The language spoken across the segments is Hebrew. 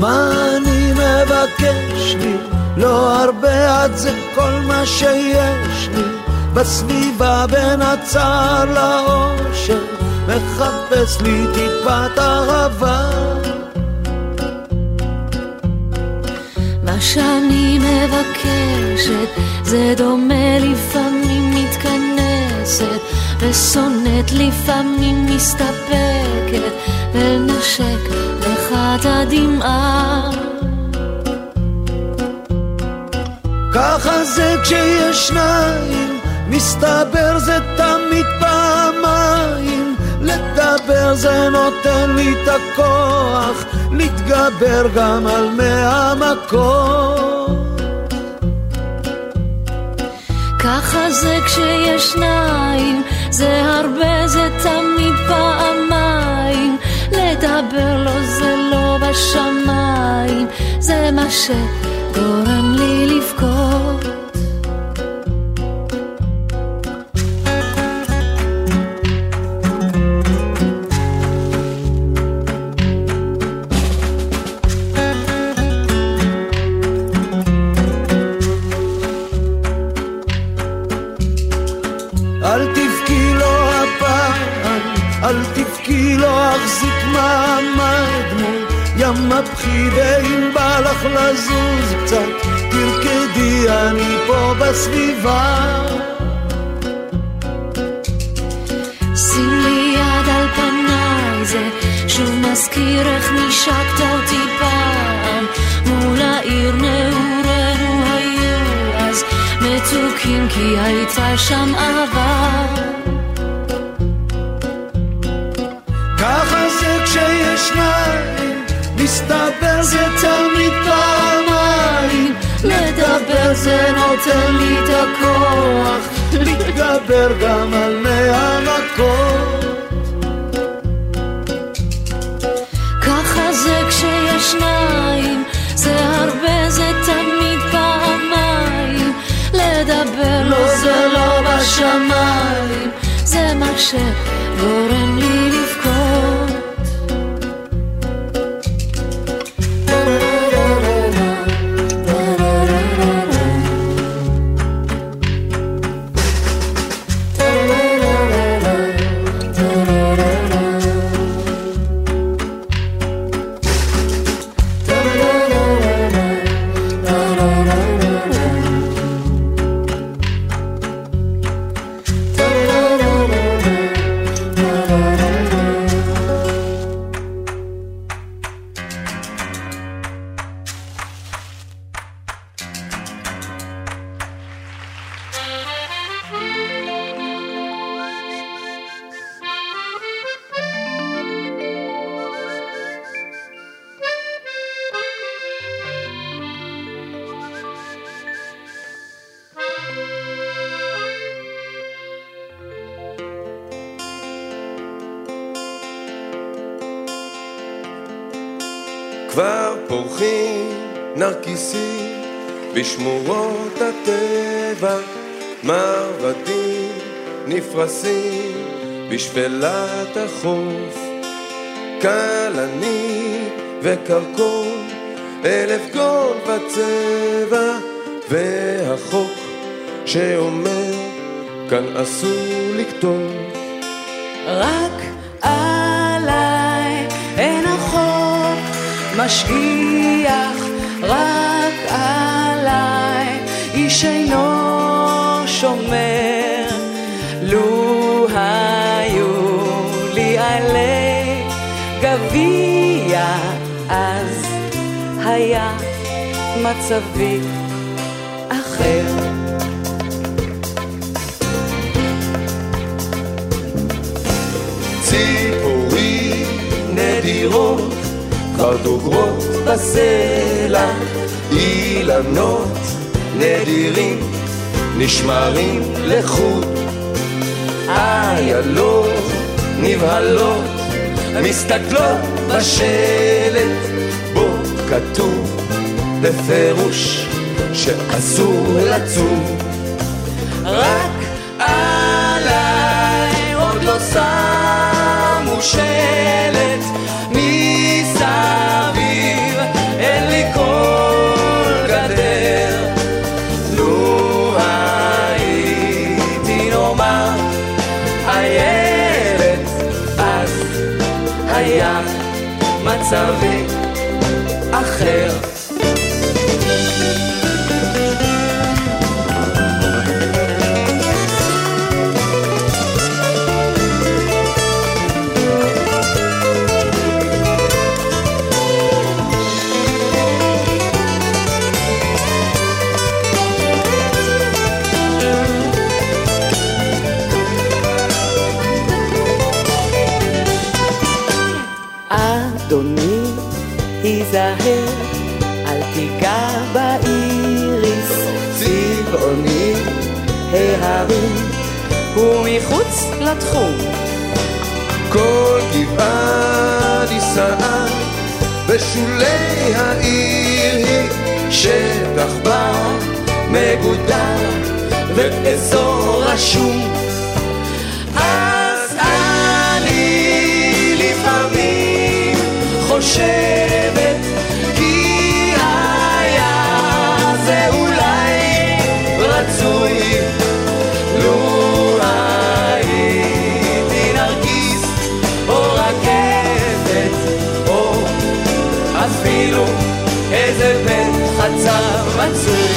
מה אני מבקש לי? לא הרבה, עד זה כל מה שיש לי. בסביבה בין הצער לאושר מחפש לי טיפת אהבה. מה שאני מבקשת זה דומה, לפעמים מתכנסת ושונאת, לפעמים מסתפקת ולנשק לך את הדמעה. ככה זה כשיש שניים, מסתבר זה תמיד פעמיים. לדבר זה נותן לי את הכוח להתגבר גם על 100 מכות. ככה זה כשיש שניים, זה הרבה, זה תמיד פעמיים. לדבר לו זה לא בשמיים, זה מה שגורם לי לבכות. אל תבכי, לא אחזיק מעמד מול ים מבחי, ואם בא לך לזוז קצת תרקדי, אני פה בסביבה. שים לי יד על פניי, זה שוב מזכיר איך נשקת אותי פעם. מול העיר נעורנו היו אז מתוקים, כי הייתה שם אהבה. ככה זה כשיש שניים, מסתבר זה תמיד פעמיים. לדבר זה נותן לי את הכוח להתגבר גם על 100 מכות. ככה זה כשיש שניים, זה הרבה, זה תמיד פעמיים. לדבר לא זה לא בשמיים, זה מה שגורם לי לבכות. כבר פורחים נרקיסים בשמורות הטבע, מרבדים נפרסים בשפלת החוף, כלני וקרקון, 1000 גול בצבע, והחוק שאומר כאן אסור לכתוב. רק עליי אין החוק משגיח, רק עליי איש אינו שומר. לו היו לי עלי גביע, אז היה מצבי אחר. ציפורים נדירות חרדוגרות בסלע, אילנות נדירים נשמרים לחוד, איילות נבהלות מסתכלות בשלט, בו כתוב בפירוש שאסור לצום. רק עליי עוד לא שמו שלט מסביב, מצבי אחר. אדוני, היזהר, אל תיגע באיריס, צבעוני ההרים הוא מחוץ לתחום. כל גבעה נישאה בשולי העיר היא שטח בר מגודר ואזור רשום. אז אני לפעמים חושבת כי היה זה אולי רצוי לו הייתי נרגיס או רכבת או אפילו איזה בן חצר מצוי.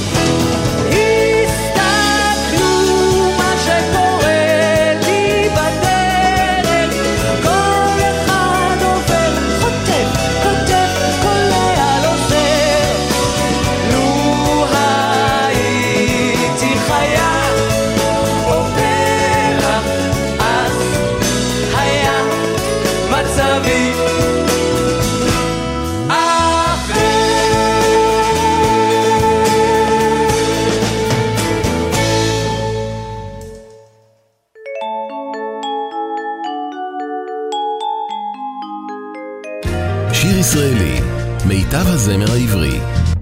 שיר ישראלי, מיטב הזמר העברי.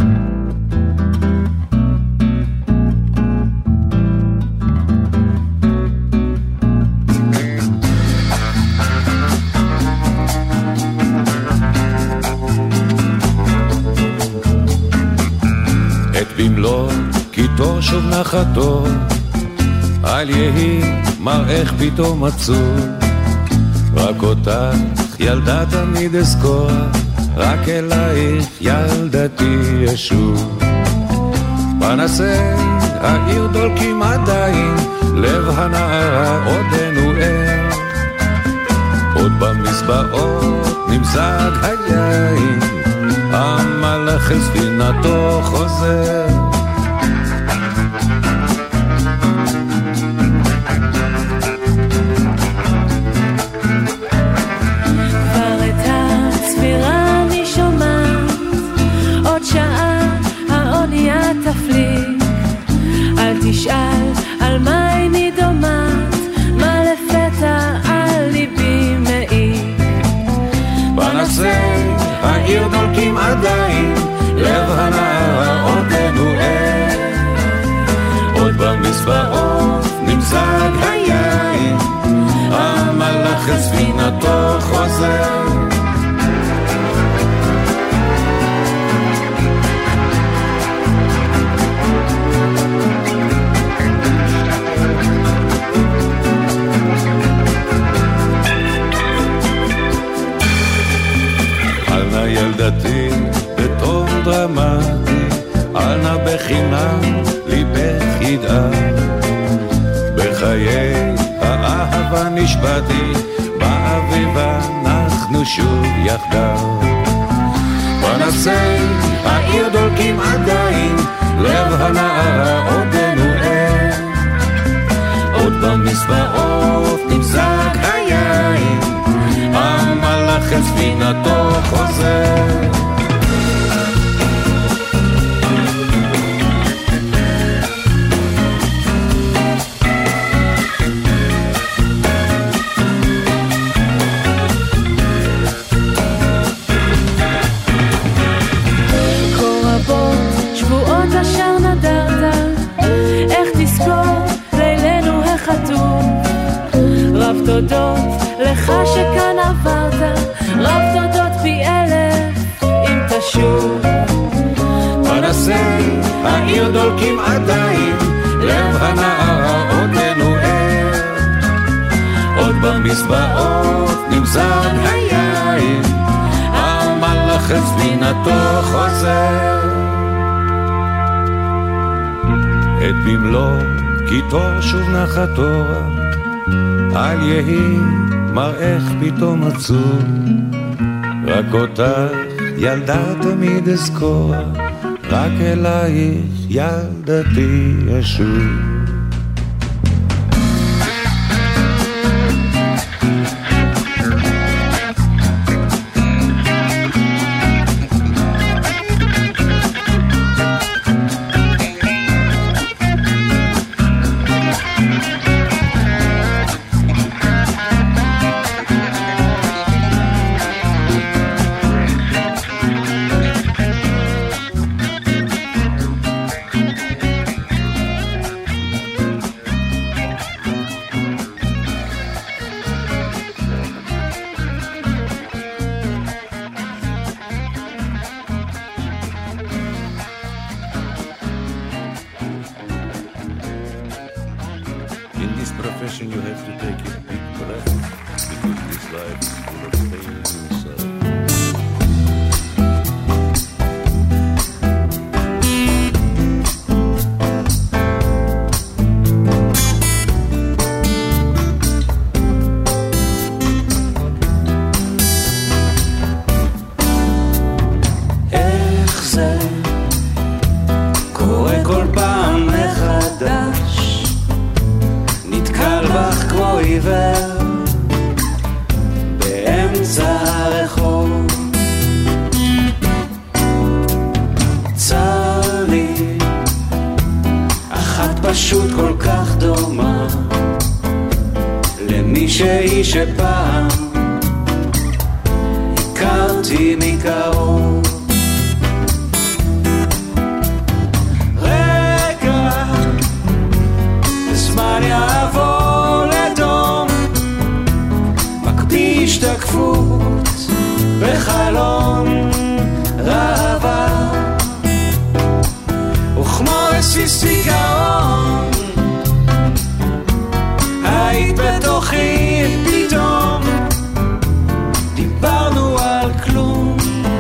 את במלוא קיטור שוב נחתו, אל יהי מראך פתאום עצור, רק אותך ילדה תמיד אזכור, רק אלייך ילדתי ישוב. פנסי העיר דולקים עדיין, לב הנערה עודנו ער, עוד במזבעות נמזג היין, המלאך אל ספינתו חוזר. תשאל על מה איני דומת, מה לפתע על ליבי מעיק. פנסי העיר דולקים עדיין, לב הנערה עודנו ער, עוד במזבעות נמזג היין, המלאך אל ספינתו חוזר. ילדתי בטוב דרמטי, אל נא בחינם ליבך ידעה, בחיי האהבה נשבעתי, באביב אנחנו שוב יחדיו. פנסי העיר דולקים עדיין, לב הנערה עודנו ער, עוד במזבעות נמזג היין, המלאך אל ספינתו חוזר. כה רבות שבועות אשר נדרת, איך תזכור לילנו החטוף. רב תודות לך שכאן עברת, רב תודות פי אלף אם תשוב. פנסי העיר דולקים עדיין, לב הנערה עודנו ער, עוד במזבעות נמזג היין, את ספינתו חוזר, את במלוא קיטור שוב נחת אורה, אל יהי מראך פתאום עצוב, רק אותך ילדה תמיד אזכור, רק אלייך ילדתי אשוב. שפעם הכרתי מקרוב, רגע הזמן יעבור לדום, מקפיא השתקפות בחלום ראווה, וכמו רסיס זיכרון היית בתוכי, פתאום דיברנו על כלום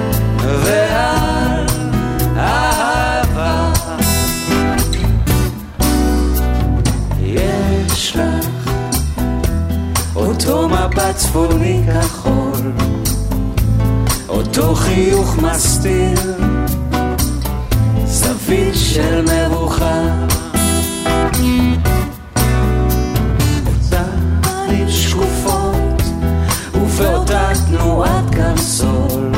ועל אהבה. יש לך אותו מבט צפוני כחול, אותו חיוך מסתיר, זווית של מבוכה, שקופות ובאותה תנועת קרסול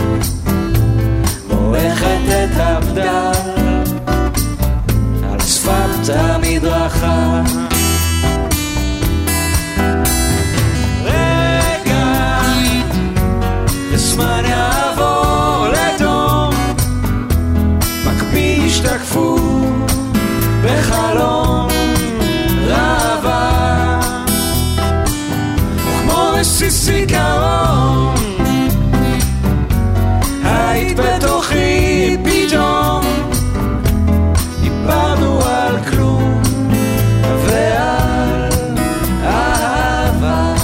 מועכת את הבדל על שפת המדרכה. רגע הזמן יעבור לדום, מקפיא השתקפות בחלום ראווה, זיכרון היית בתוכי, פתאום דיברנו על כלום ועל אהבה.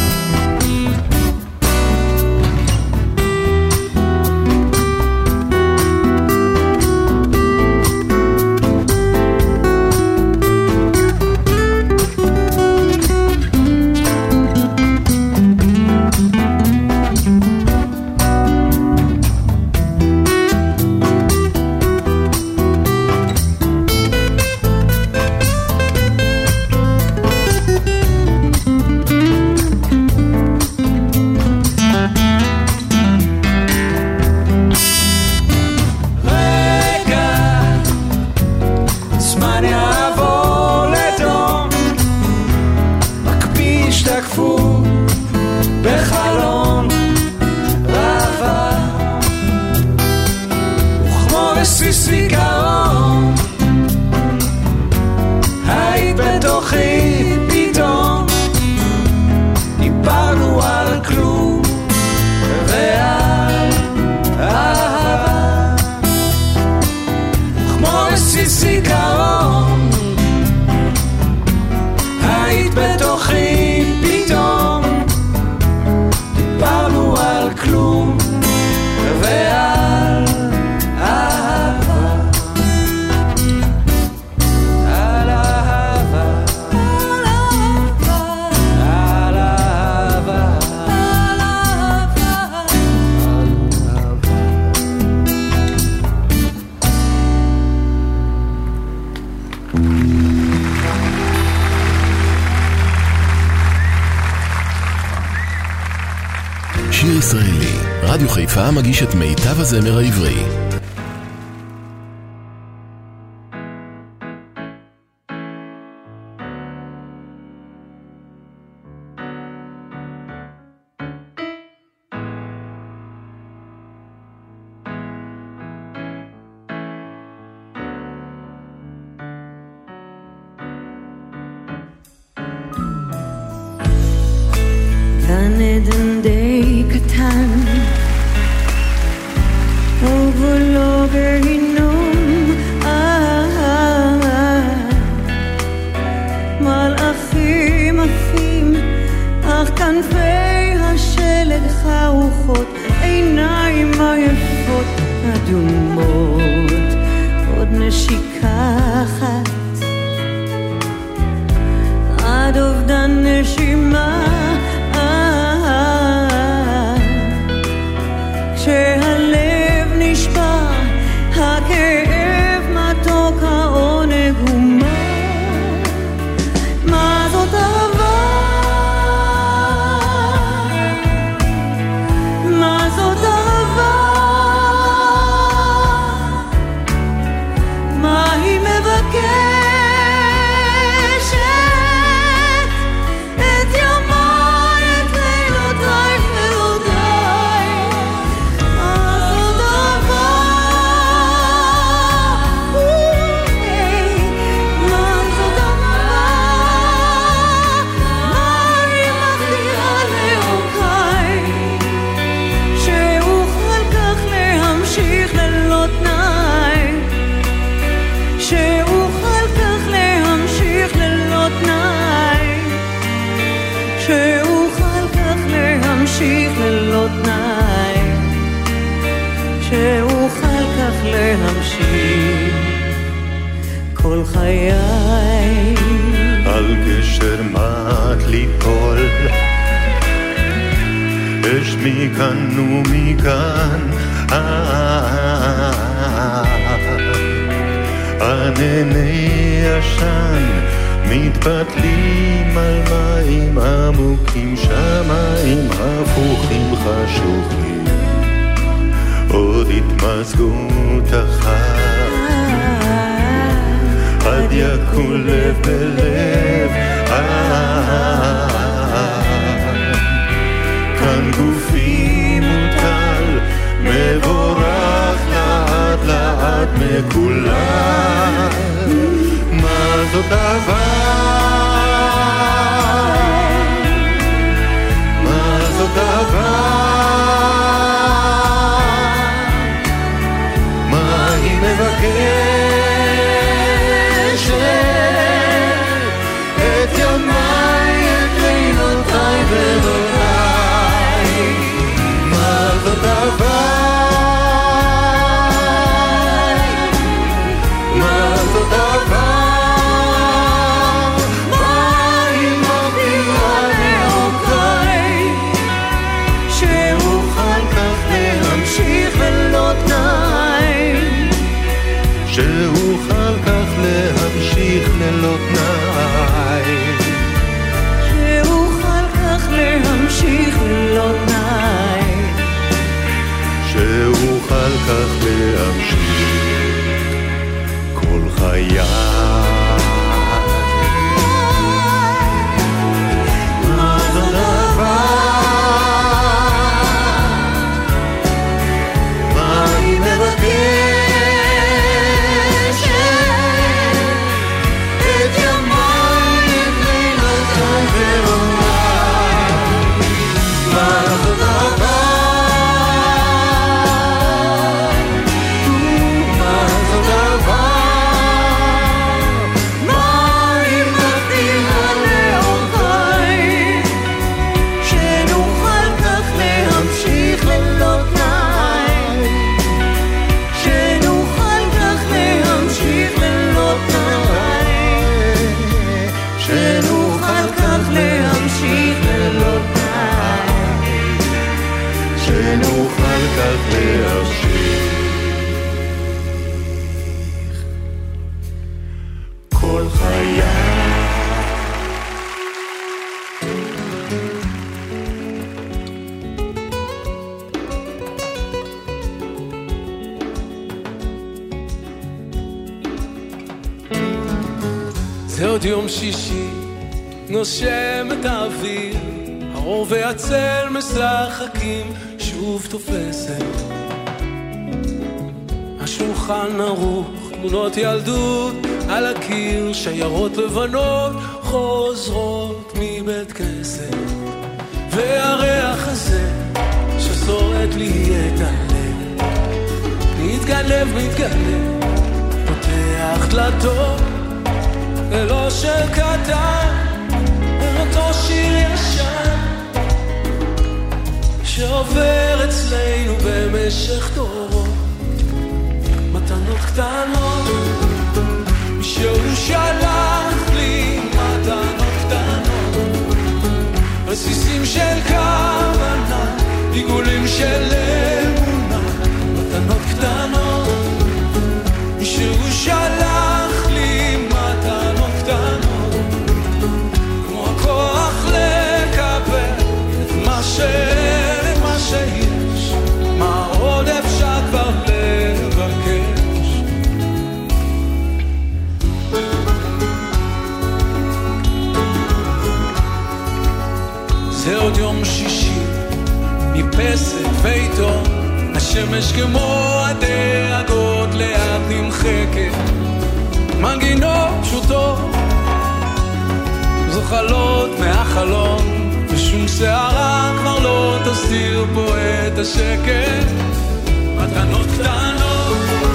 בחלום ראווה, וכמו רסיס זיכרון היית בתוכי, פתאום דיברנו על כלום ועל אהבה, כמו רסיס זיכרון היית בתוכי, פתאום דיברנו על כלום ועל חיפה מגיש את מיטב הזמר העברי. גן עדן די קטן ובלא גיהינום, מלאכים עפים אך כנפי השלג חרוכות, עיניים עייפות אדומות, עוד נשיקה אחת עד אובדן נשימה, כשהלב נשבר, הכאב מתוק, העונג הוא מה זאת אהבה? מה זאת אהבה? מה היא מבקשת? את ימיי, את לילותיי ולותיי. מה זאת אהבה? מה זאת אהבה? מה היא מבטיחה לאורכי? שאוכל כך להמשיך ללא תנאי, שאוכל כך להמשיך ללא תנאי, שאוכל כך להמשיך ללא תנאי, שאוכל כך להמשיך כל חיי. על גשר מת ליפול, אש מכאן ומכאן, ענני עשן מתפתלים על מים עמוקים, שמיים הפוכים חשוכים, עוד התמזגות אחת, עד יקום לב בלב, כאן גופי מוטל, מבורך לאט לאט מקולל. מה זאת אהבה? מה זאת אהבה? מה היא מבקשת? את ימיי, את לילותיי ולותיי. מה זאת אהבה? מה זאת אהבה? מה היא מבטיחה לאורכי? שאוכל כך להמשיך ללא תנאי, שאוכל כך להמשיך ללא תנאי, שאוכל כך להמשיך ללא תנאי, שאוכל כך להמשיך כל חיי. מה זאת אהבה? מה היא מבקשת? את ימיי, את לילותיי ולותיי. מה זאת אהבה? מה זאת אהבה? זה עוד יום שישי, נושם את האוויר, האור והצל משחקים, שוב תופסת השולחן ערוך, תמונות ילדות על הקיר, שיירות לבנות חוזרות מבית כנסת, והריח הזה ששורט לי את הלב, מתגנב, פותח דלתות ולא של קטן, אותו שיר ישן שעובר אצלנו במשך דורות, מתנות קטנות שהוא שלח לי, מתנות קטנות, רסיסים של כוונה, עיגולים של אמונה, מתנות קטנות שהוא שלח לי, מתנות קטנות, כמו הכוח לקבל את מה שיש, מה עוד אפשר כבר לבקש. זה עוד יום שישי, מפסק ועיתון, השמש כמו הדאגות לאט נמחקת, מנגינות פשוטות זוחלות מהחלון, ושום שערה כבר לא תסתיר פה את השקט, מתנות קטנות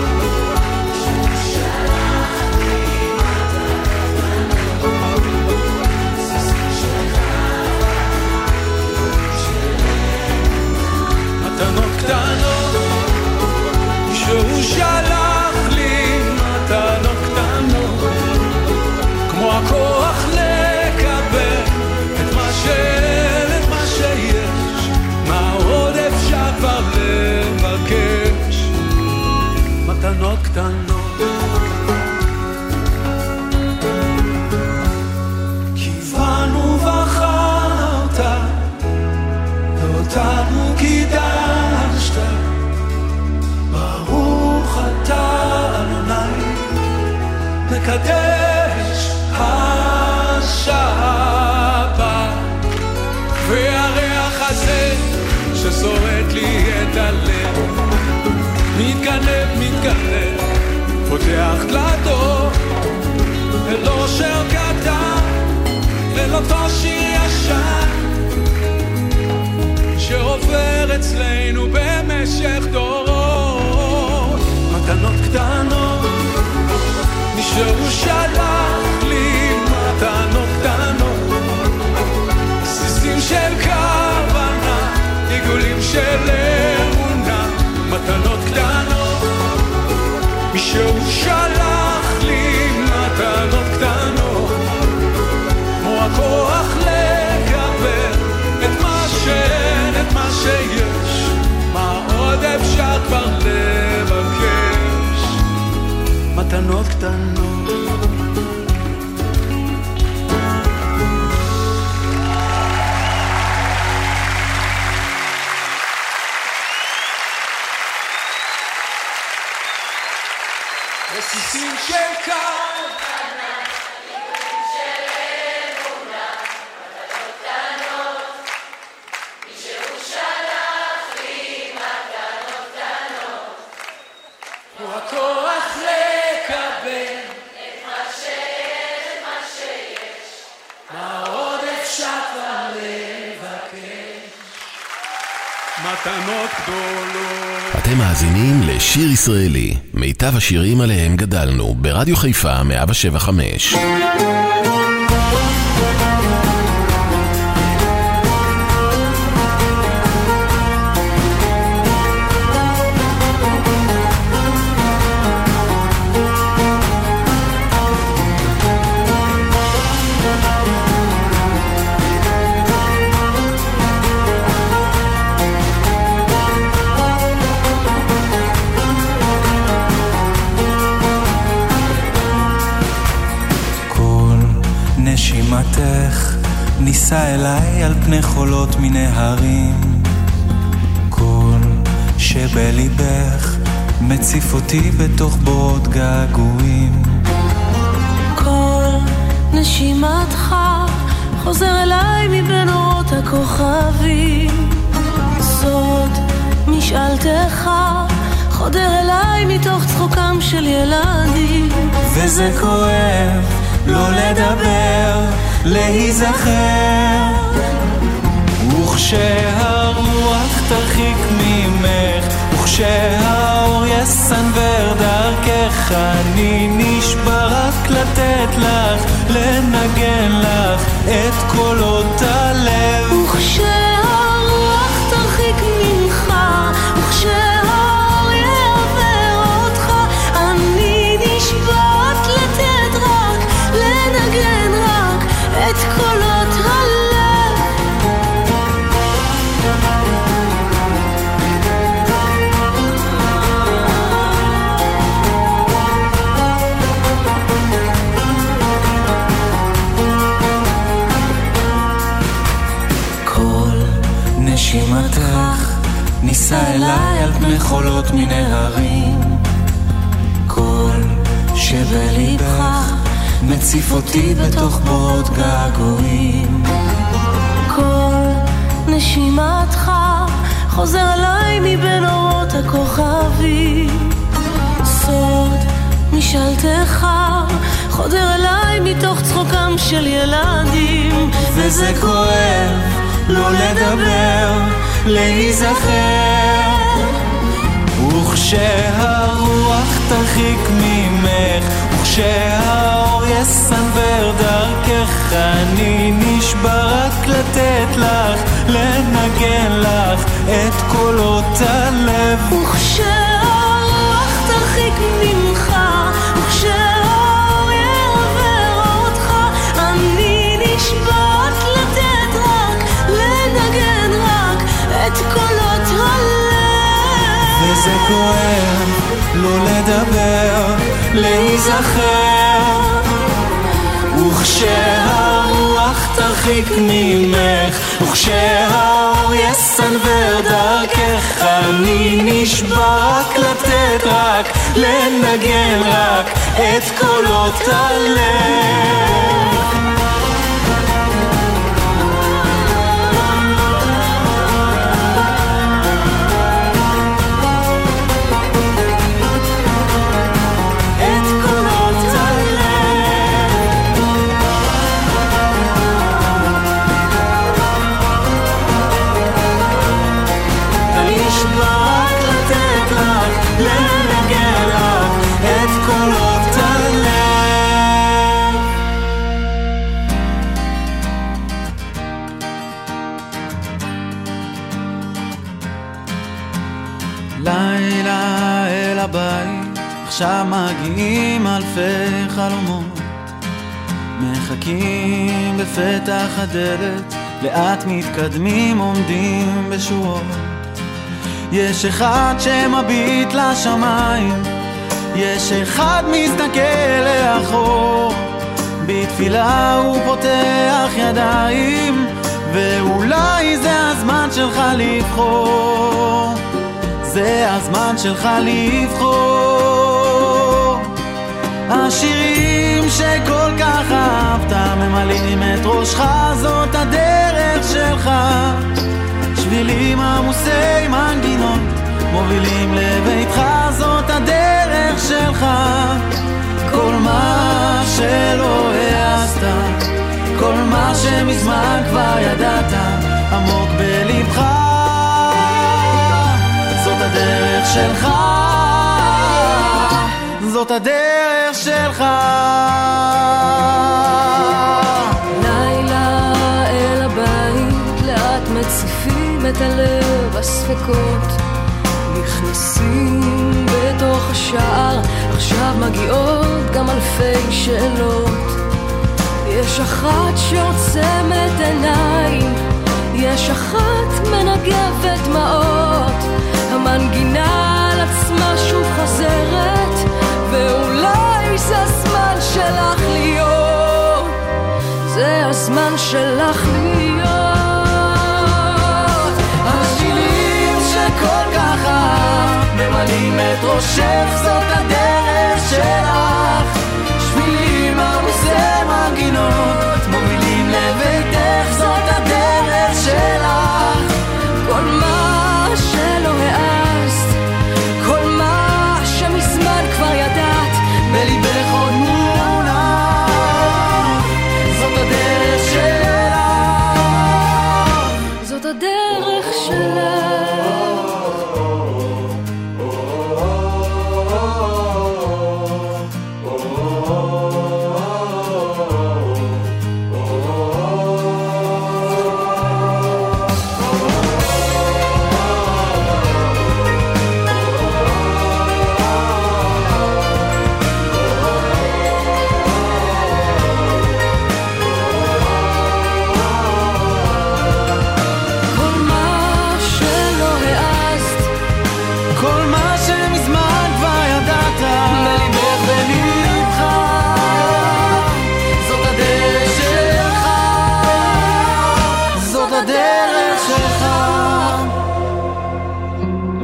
מתנות קטנות שהוא שלח לי, מתנות קטנות, כמו הכוח לקבל את מה שיש, מה עוד אפשר כבר לבקש, מתנות קטנות. כיוונו בחרת ואותנו קידשת, ברוך אתה אדוני מקדש השבת, והריח הזה ששורט לי את הלב, מתגנב, פותח דלתות אל אושר קטן, אל אותו שיר ישן שעובר אצלנו במשך דורות, מתנות קטנות שהוא שלח לי, מתנות קטנות, סיסים של כוונה, עיגולים של אמונה, מתנות קטנות שהוא שלח לי, מתנות קטנות, כמו הכוח לקבל את מה שיש, מה עוד אפשר כבר לבקש, מתנות קטנות. רסיסים של כוונה, של אמונה, מתנות קטנות, מישהו שלח לי, מתנות קטנות, הוא הכוח לקבל את מה שיש, מה עוד אפשר כבר לבקש, מתנות גדולות. אתם מאזינים לשיר ישראלי, מיטב השירים עליהם גדלנו, ברדיו חיפה 107.5. ניסה אליי על פני חולות מנהרים, כל שבליבך מציף אותי בתוך בורות געגועים, כל נשימתך חוזר אליי מבין אורות הכוכבים, סוד משאלתך חודר אליי מתוך צחוקם של ילדים. וזה כואב לא לדבר, להיזכר, וכשהרוח תרחיק ממך, וכשהאור יסנבר דרכך, אני נשבע רק לתת לך, לנגן לך את קולות הלב. וכשהרוח תרחיק ממך, וכשהאור יעבר אותך, אני נשבעת לתת רק, לנגן רק את קולות הלב. נשימתך ניסה אליי על פני חולות מן ההרים, כל שבליבך מציף אותי בתוך בורות געגועים. כל נשימתך חוזר אליי מבין אורות הכוכבים, סוד משאלתך חודר אליי מתוך צחוקם של ילדים. וזה כואב לא לדבר, להיזכר, וכשהרוח תרחיק ממך, וכשהאור יסנבר דרכך, אני נשבע רק לתת לך, לנגן לך את קולות הלב. וכשהרוח תרחיק ממך, וכשהאור יעבר אותך, אני נשבעת לתת רק, לנגן רק את קולות הלב. וזה כואב לא לדבר, להיזכר, וכשהרוח תרחיק ממך, וכשהאור יסנבר דרכך, אני נשבע רק לתת רק, לנגן רק את קולות הלב. לילה אל הבית, עכשיו מגיעים אלפי חלומות, מחכים בפתח הדלת, לאט מתקדמים עומדים בשורות. יש אחד שמביט לשמיים, יש אחד מסתכל לאחור, בתפילה הוא פותח ידיים, ואולי זה הזמן שלך לבחור, זה הזמן שלך לבחור. השירים שכל כך אהבת ממלאים את ראשך, זאת הדרך שלך. שבילים עמוסי מנגינות מובילים לביתך, זאת הדרך שלך. כל מה שלא העשת, כל מה שמזמן כבר ידעת, עמוק בלבך, זאת הדרך שלך, זאת הדרך שלך. לילה אל הבית, לאט מציפים את הלב, הספקות נכנסים בתוך השער, עכשיו מגיעות גם אלפי שאלות. יש אחת שעוצמת עיניים, יש אחת מנגבת דמעות, המנגינה על עצמה שוב חוזרת, ואולי זה הזמן שלך להיות, זה הזמן שלך להיות. השירים שכל כך אהבת ממלאים את ראשך, זאת הדרך שלך. שבילים עמוסי מנגינות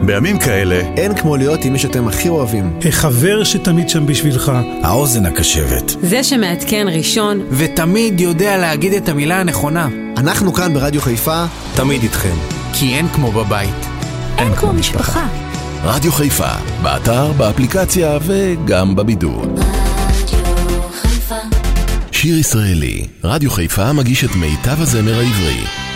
בימים כאלה אין כמו להיות עם מי שאתם הכי אוהבים. החבר שתמיד שם בשבילך. האוזן הקשבת. זה שמעדכן ראשון ותמיד יודע להגיד את המילה הנכונה. אנחנו כאן ברדיו חיפה תמיד איתכם. כי אין כמו בבית. אין כמו משפחה. רדיו חיפה, באתר, באפליקציה וגם בבידוד. שיר ישראלי, רדיו חיפה מגיש את מיטב הזמר העברי.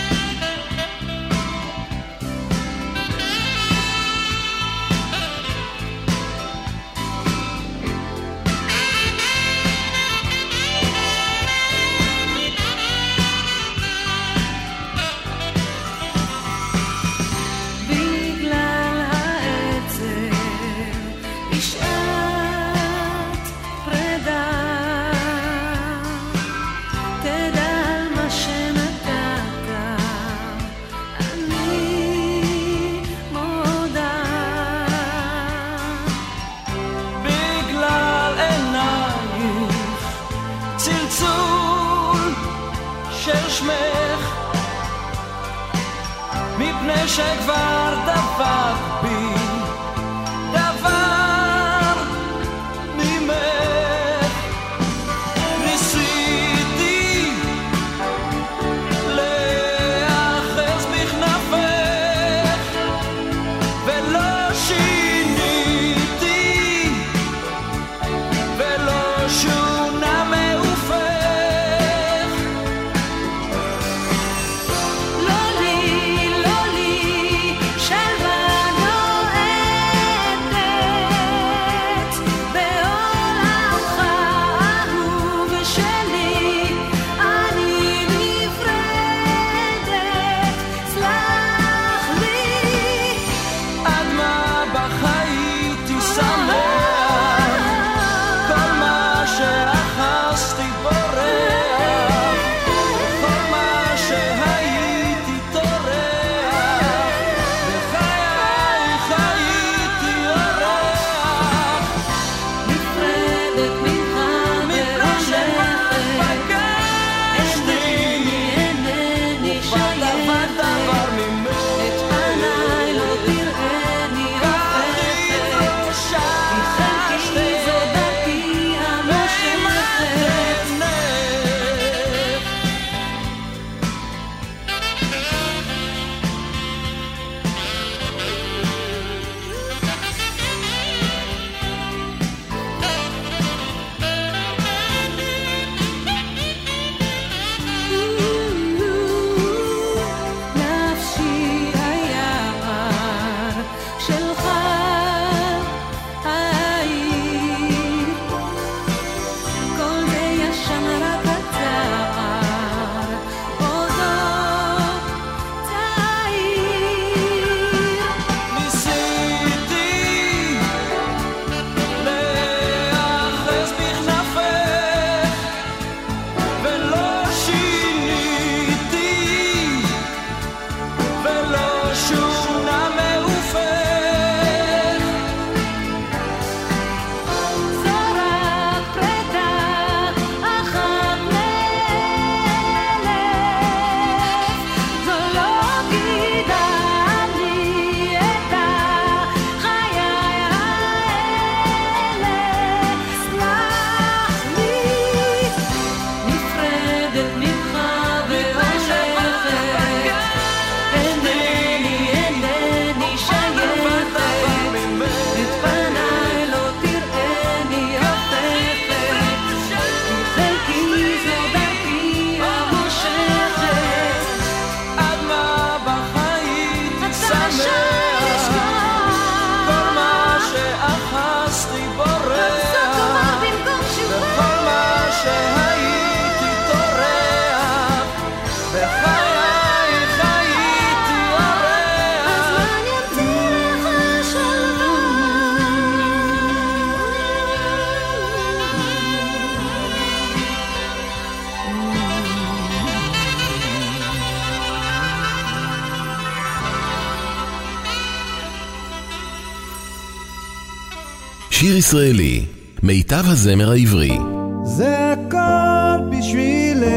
שיר ישראלי, מיטב הזמר העברי. זה הכל בשבילך,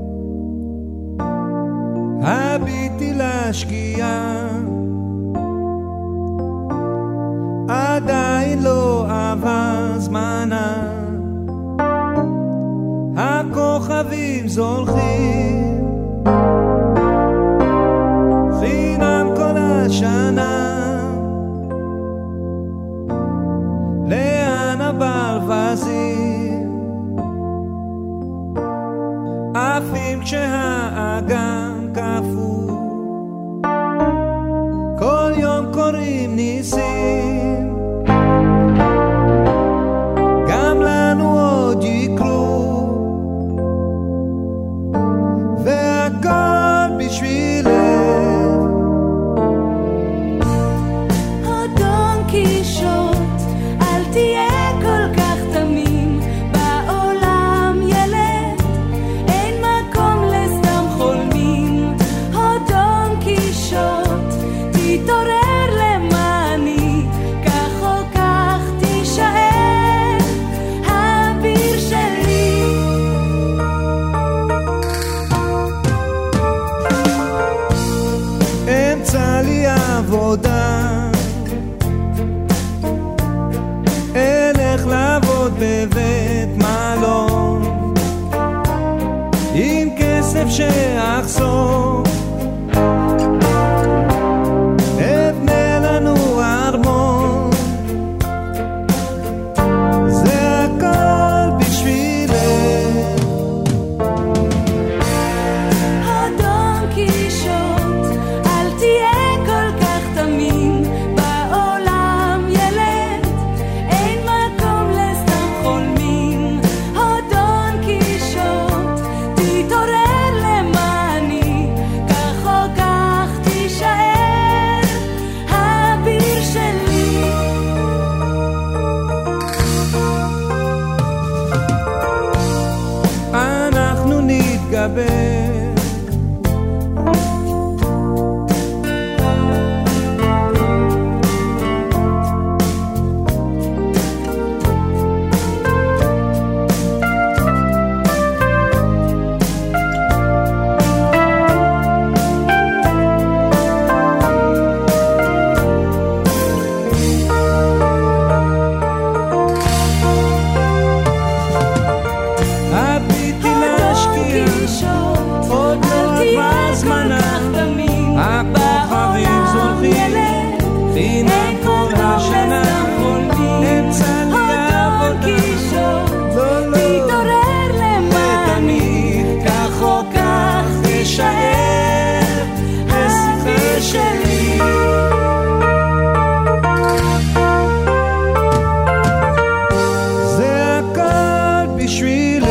הביטי לשקיעה, כוכבים זולחים חינם כל השנה לאן הברווזים עפים כשהאגם קפוא כל יום קוראים ניסים גם לנו עוד יקרו והכל בשבילך אדון קישוט אל תהיה כל כך תמים בעולם ילד אין מקום לסתם חולמים אדון קישוט תתעורר למעני כך או כך תישאר האביר שלי אמצע לי עבודה אלך לעבוד בבית מלון עם כסף שאחסוך אבנה לנו ארמון זה הכל בשבילך אדון קישוט אל תהיה כל כך תמים בעולם ילד אין מקום לסתם חולמים אדון קישוט תתעורר למעני כך או כך תישאר האביר שלי אנחנו נתגבר הביטי להשקיע עוד לא עבר זמנה הכוכבים זולחים חינם כל השנה אמצע לי עבודה תתעורר למעני כך או כך תישאר האביר שלי זה הכל בשבילך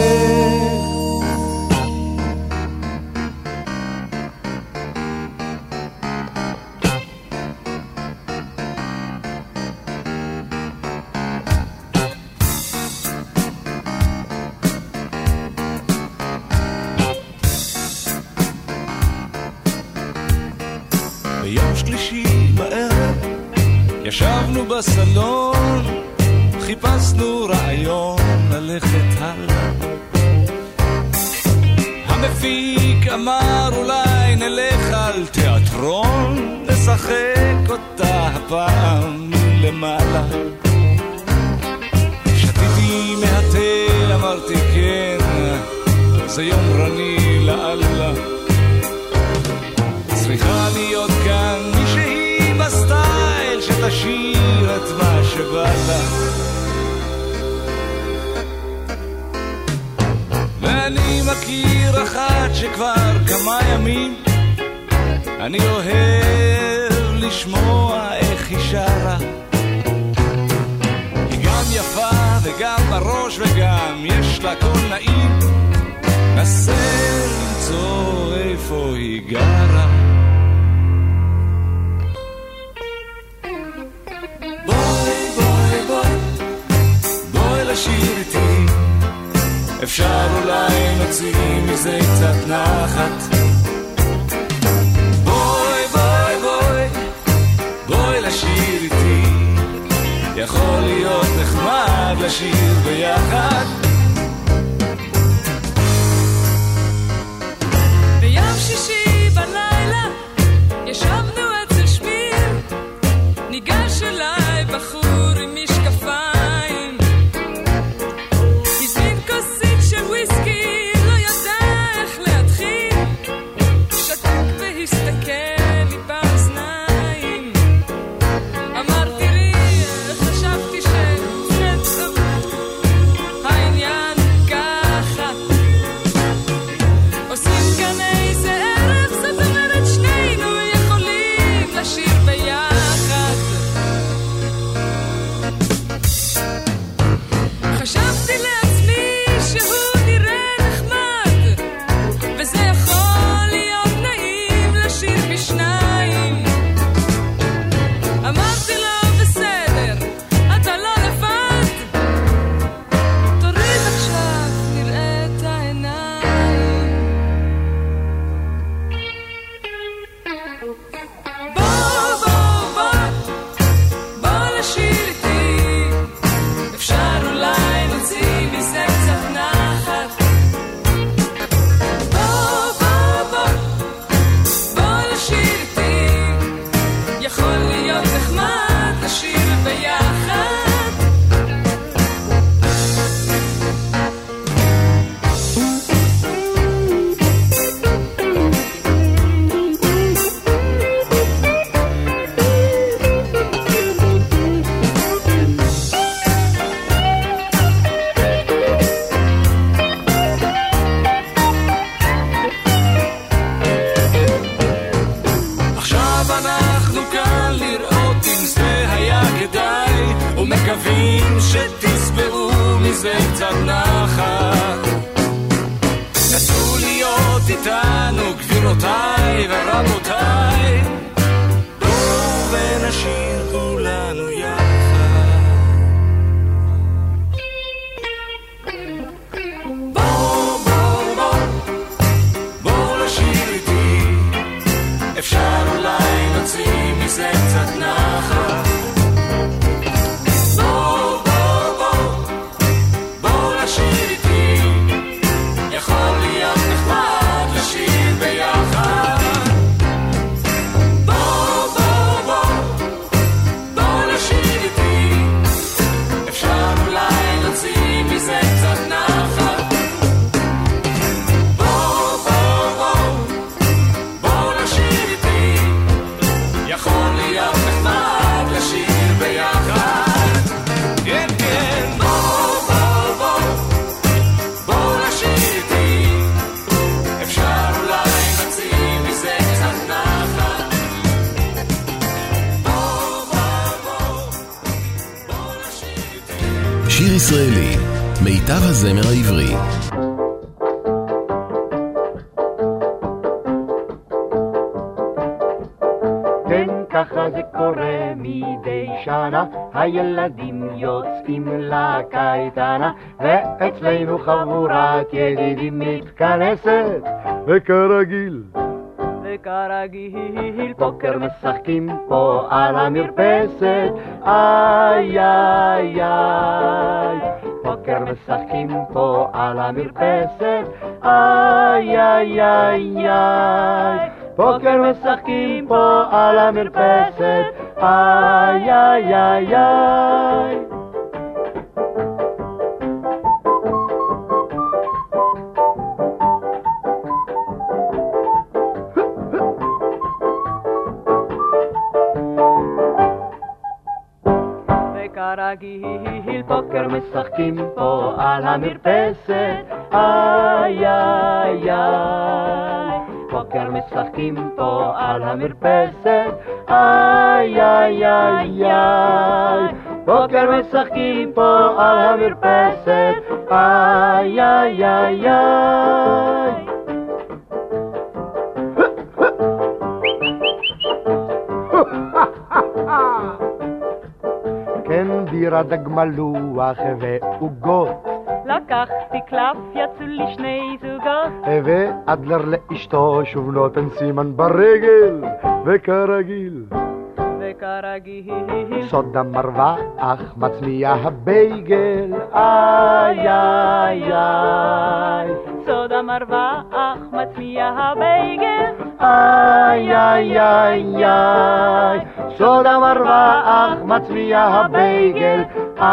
ביום שלישי בערב ישבנו בסלון חיפשנו רעיון ללכת הלאה המפיק אמר אולי נלך על תיאטרון נשחק אותה הפעם למעלה שתיתי מהתה אמרתי כן זה יומרני לאללה צריכה להיות כאן מישהי בסטייל שתשאיר את מה שבא לה ואני מכיר אחת שכבר כמה ימים אני אוהב לשמוע איך היא שרה היא גם יפה וגם בראש וגם יש לה קול נעים נסה למצוא איפה היא גרה בואי לשיר איתי אפשר אולי נוציא מזה קצת נחת בואי לשיר איתי יכול להיות נחמד לשיר ביחד ביום שישי בלילה ישבנו אצל שמיר ניגש אליי בחור עם משקפיים הזמין כוסית של וויסקי לא יודע מקווים שתסברו מזה קצת נחת. נסו להיות איתנו גבירותיי ורבותיי, בואו ונשיר כולנו יחד. בואו לשיר איתי, אפשר אולי נוציא מזה קצת נחת. בואו לשיר איתי, יכול להיות נחמד לשיר ביחד. בואו לשיר איתי, אפשר אולי להוציא מזה קצת נחת. בואו לשיר איתי, יכול להיות נחמד לשיר ביחד. כן, כן, בואו לשיר איתי, אפשר אולי להוציא מזה קצת נחת. בואו לשיר איתי. שיר ישראלי, מיטב הזמר העברי. כן, ככה זה קורה מדי שנה, הילדים יוצאים לקייטנה, ואצלנו חבורת ידידים מתכנסת, וכרגיל פוקר משחקים פה על המרפסת, איי איי איי, פוקר משחקים פה על המרפסת, איי איי איי איי, פוקר משחקים פה על המרפסת, איי איי איי איי. וכרגיל פוקר משחקים פה על המרפסת, איי איי איי, פוקר משחקים פה על המרפסת, איי איי איי איי, פוקר משחקים פה על המרפסת, איי איי איי איי. כן, בירה דג מלוח ועוגות, לקחתי קלף, יצאו לי שני זוגות, ואדלר לאשתו שוב נותן סימן ברגל, וכרגיל סודה מרווח מצמיע הבייגל, איי איי איי, סודה מרווח מצמיע הבייגל, איי איי איי איי, סודה מרווח מצמיע הבייגל,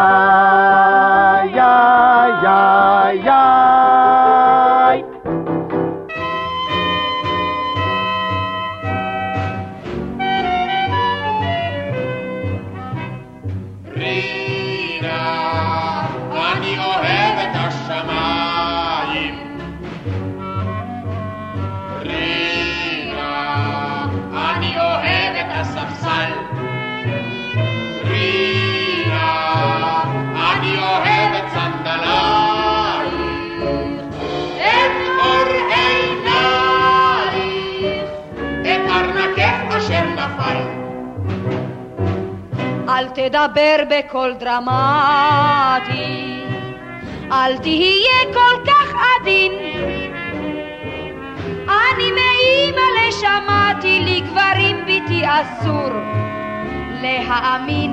איי איי איי איי. אני אוהב את השמיים, רינה, אני אוהב את הספסל, רינה, אני אוהב את סנדלייך, את אור עינייך, את ארנקך אשר נפל. אל תדבר בקול דרמטי, אל תהיה כל כך עדין, אני מאמא לשמעתי, לגברים ביתי אסור להאמין.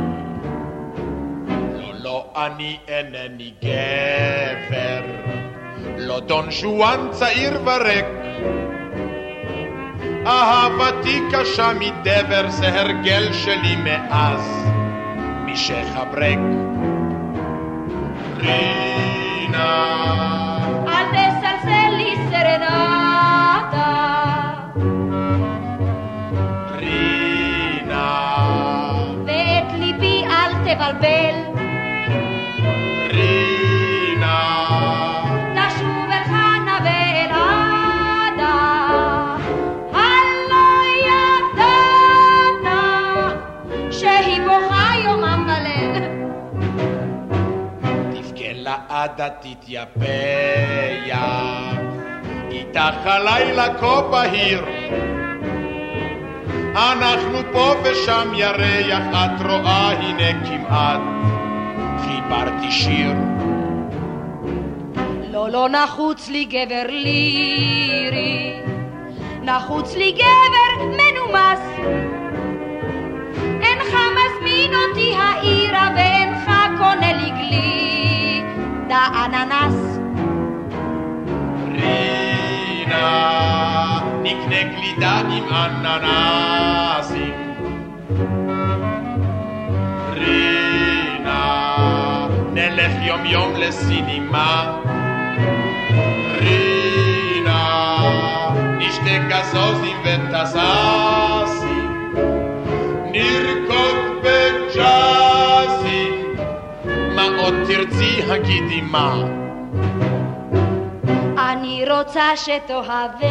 לא, אני אינני גבר, לא דון ז'ואן צעיר ורק, אהבתי קשה מדבר, זה הרגל שלי מאז משחברק. רינה, אל תסלסל לי סרנטה, רינה, ואת ליבי אל תבלבל, רינה, תשוב אל חנה ואל עדה, הלא ידעת שהיא בוכה יומם וליל. ולעדה תתייפח, איתך הלילה כה בהיר, אנחנו פה ושם ירח, את רואה הנה כמעט חיברתי שיר. לא נחוץ לי גבר לירי, נחוץ לי גבר מנומס, אינך מזמין אותי העירה ואינך קונה לי גלי דאננס. רינה, נקנה גלידה עם אננסים, רינה, נלך יום יום לסינימה, רינה, נשתה גזוזים וטססים, נרקוד בג'אזים, מה עוד תרצי הגידי מה? אני רוצה שתאהבני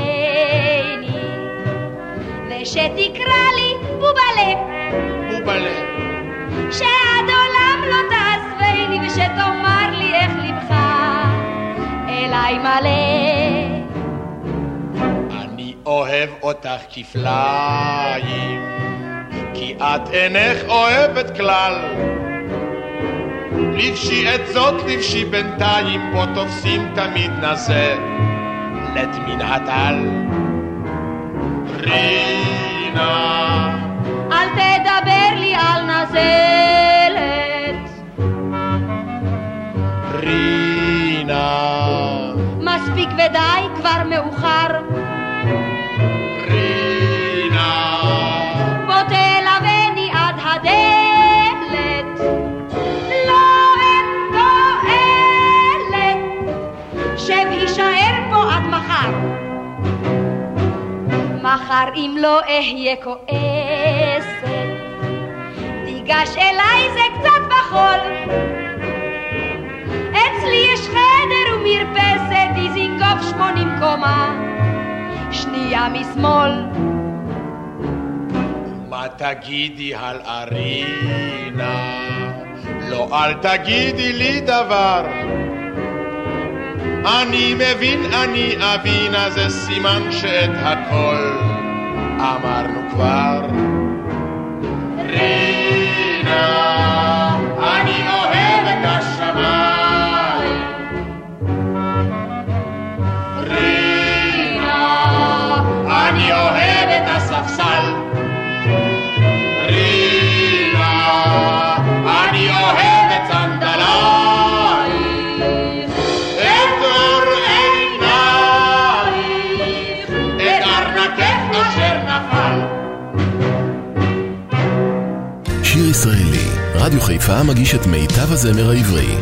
ושתקרא לי בובלה, בובלה, שעד עולם לא תעזבני ושתאמר לי איך לבך אליי מלא. אני אוהב אותך כפליים, כי את אינך אוהבת כלל, לבשי את זאת לבשי בינתיים, פה תופסים תמיד נזה לת מן הטל. רינה, אל תדבר לי על נזלת, רינה, מספיק ודי כבר מאוחר, רינה, בוא תלווני עד הדלת, לא אין תועלת שב הישאר פה עד מחר, מחר אם לא אהיה כועסת תיגש אליי זה קצת בחול, אצלי יש חדר ומרפסת דיזינגוף 80 קומה שנייה משמאל. מה תגידי על ארינה? לא אל תגידי לי דבר, אני מבין אני אבינה, זה סימן שאת הכל אמרנו כבר. רינה, אני אוהב את השמיים, רינה, אני אוהב את הספסל, רינה, אני אוהב את סנדלייך, את אור עינייך, את ארנקך אשר נפל. שיר ישראלי, רדיו חיפה מגיש את מיטב הזמר העברי.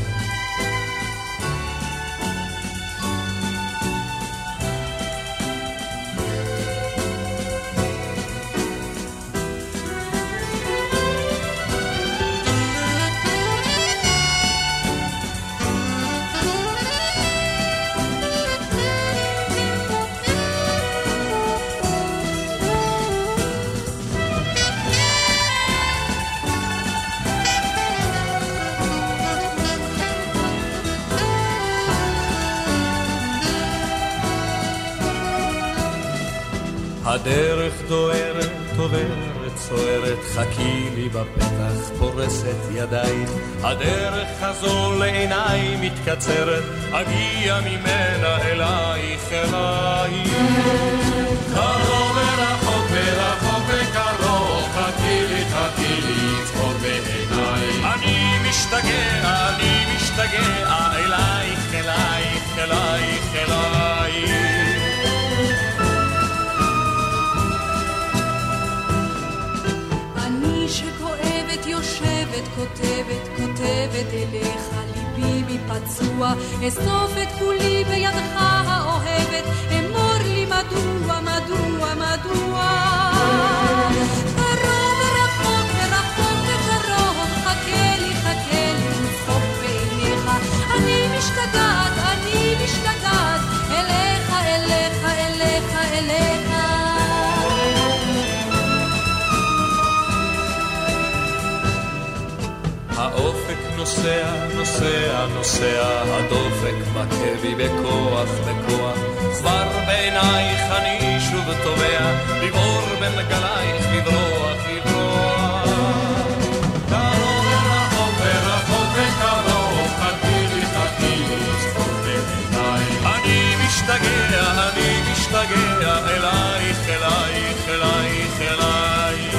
הדרך דוהרת, עוברת, צוערת, חכי לי בפתח, פורסת ידיים. הדרך הזו לעיניי מתקצרת, אגיע ממנה אלייך, אלייך. קרוב ורחוק ורחוק וקרוב, חכי לי, צחוק בעיניי. אני משתגע אלייך, אלייך, אלייך, אלייך. שכואבת יושבת כותבת אליך ליבי מפצוע, אסוף את כולי בידך האוהבת, אמור לי מדוע קרוב ורחוק ורחוק וקרוב, חכה לי וצחוק בעיניך. אני משתגעת אליך הדופק נוסע, נוסע, נוסע, הדופק מכה בי בכוח, בכוח. כבר בעינייך אני שוב תובע, לברור בין גלייך, לברוח, לברוח. קרוב ורחוק ורחוק וקרוב, חכי לי, צפות בעינייך. אני משתגע, אלייך, אלייך, אלייך, אלייך.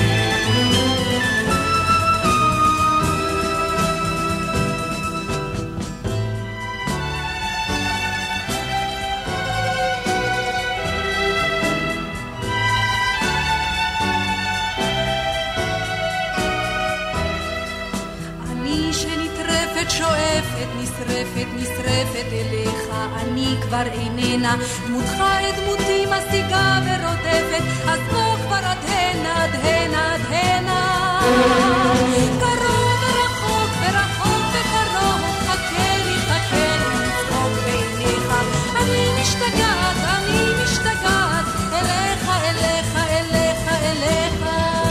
שואפת, נשרפת, נשרפת אליך, אני כבר איננה, דמותך את דמותי משיגה ורודפת, אז בוא כבר עד הנה, עד הנה, עד הנה. קרוב ורחוק ורחוק וקרוב, חכה לי, נצחוק בעיניך, אני משתגעת, אליך, אליך, אליך, אליך.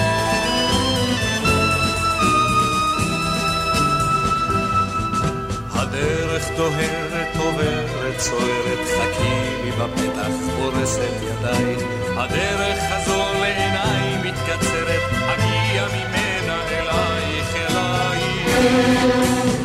הדרך דוהרת, עוברת, צוערת, חכי לי בפתח, פורסת ידייך. הדרך הזו לעיניי מתקצרת, הגיע ממנה אלייך, אלייך.